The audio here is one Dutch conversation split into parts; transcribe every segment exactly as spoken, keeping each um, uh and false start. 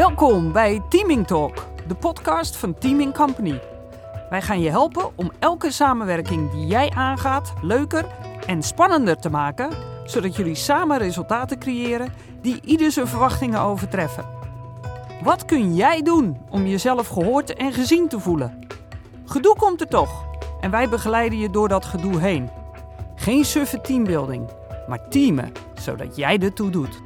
Welkom bij Teaming Talk, de podcast van Teaming Company. Wij gaan je helpen om elke samenwerking die jij aangaat leuker en spannender te maken, zodat jullie samen resultaten creëren die ieder zijn verwachtingen overtreffen. Wat kun jij doen om jezelf gehoord en gezien te voelen? Gedoe komt er toch en wij begeleiden je door dat gedoe heen. Geen suffe teambuilding, maar teamen, zodat jij ertoe doet.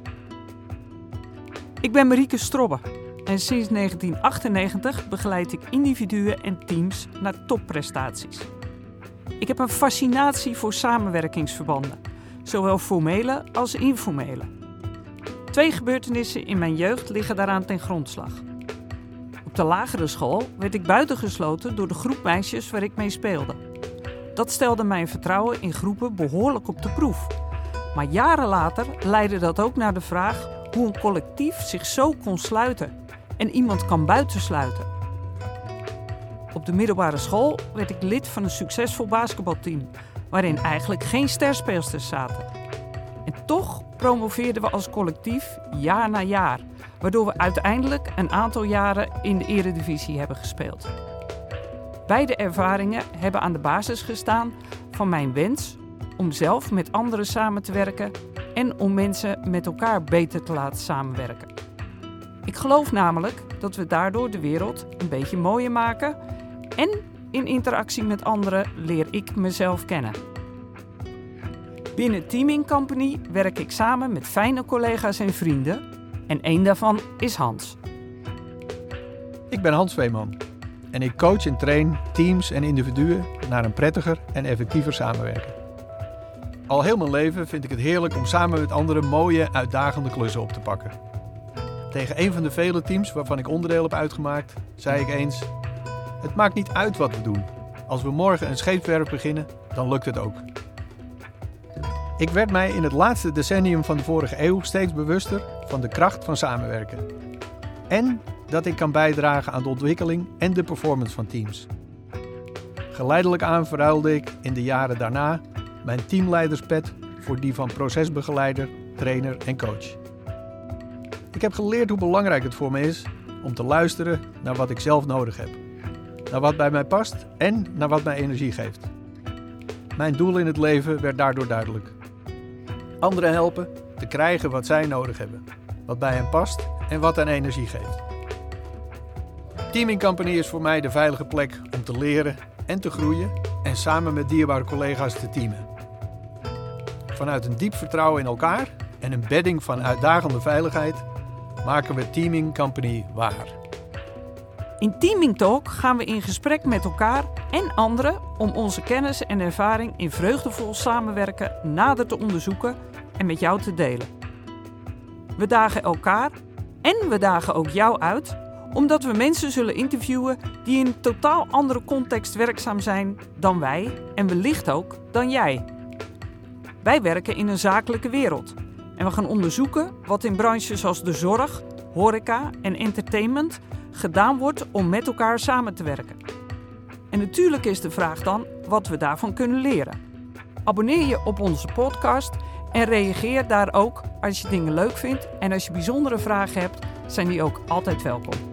Ik ben Marieke Strobbe en sinds negentien achtennegentig begeleid ik individuen en teams naar topprestaties. Ik heb een fascinatie voor samenwerkingsverbanden, zowel formele als informele. Twee gebeurtenissen in mijn jeugd liggen daaraan ten grondslag. Op de lagere school werd ik buitengesloten door de groep meisjes waar ik mee speelde. Dat stelde mijn vertrouwen in groepen behoorlijk op de proef. Maar jaren later leidde dat ook naar de vraag hoe een collectief zich zo kon sluiten en iemand kan buitensluiten. Op de middelbare school werd ik lid van een succesvol basketbalteam, waarin eigenlijk geen sterspeelsters zaten. En toch promoveerden we als collectief jaar na jaar, waardoor we uiteindelijk een aantal jaren in de eredivisie hebben gespeeld. Beide ervaringen hebben aan de basis gestaan van mijn wens om zelf met anderen samen te werken en om mensen met elkaar beter te laten samenwerken. Ik geloof namelijk dat we daardoor de wereld een beetje mooier maken en in interactie met anderen leer ik mezelf kennen. Binnen Teaming Company werk ik samen met fijne collega's en vrienden en één daarvan is Hans. Ik ben Hans Veeman en ik coach en train teams en individuen naar een prettiger en effectiever samenwerken. Al heel mijn leven vind ik het heerlijk om samen met anderen mooie, uitdagende klussen op te pakken. Tegen een van de vele teams waarvan ik onderdeel heb uitgemaakt, zei ik eens: het maakt niet uit wat we doen. Als we morgen een scheepswerf beginnen, dan lukt het ook. Ik werd mij in het laatste decennium van de vorige eeuw steeds bewuster van de kracht van samenwerken. En dat ik kan bijdragen aan de ontwikkeling en de performance van teams. Geleidelijk aan verruilde ik in de jaren daarna mijn teamleiderspet voor die van procesbegeleider, trainer en coach. Ik heb geleerd hoe belangrijk het voor me is om te luisteren naar wat ik zelf nodig heb. Naar wat bij mij past en naar wat mij energie geeft. Mijn doel in het leven werd daardoor duidelijk. Anderen helpen te krijgen wat zij nodig hebben. Wat bij hen past en wat hen energie geeft. Teaming Company is voor mij de veilige plek om te leren en te groeien en samen met dierbare collega's te teamen. Vanuit een diep vertrouwen in elkaar en een bedding van uitdagende veiligheid maken we Teaming Company waar. In Teaming Talk gaan we in gesprek met elkaar en anderen om onze kennis en ervaring in vreugdevol samenwerken nader te onderzoeken en met jou te delen. We dagen elkaar en we dagen ook jou uit, omdat we mensen zullen interviewen die in een totaal andere context werkzaam zijn dan wij en wellicht ook dan jij. Wij werken in een zakelijke wereld en we gaan onderzoeken wat in branches als de zorg, horeca en entertainment gedaan wordt om met elkaar samen te werken. En natuurlijk is de vraag dan wat we daarvan kunnen leren. Abonneer je op onze podcast en reageer daar ook als je dingen leuk vindt. En als je bijzondere vragen hebt, zijn die ook altijd welkom.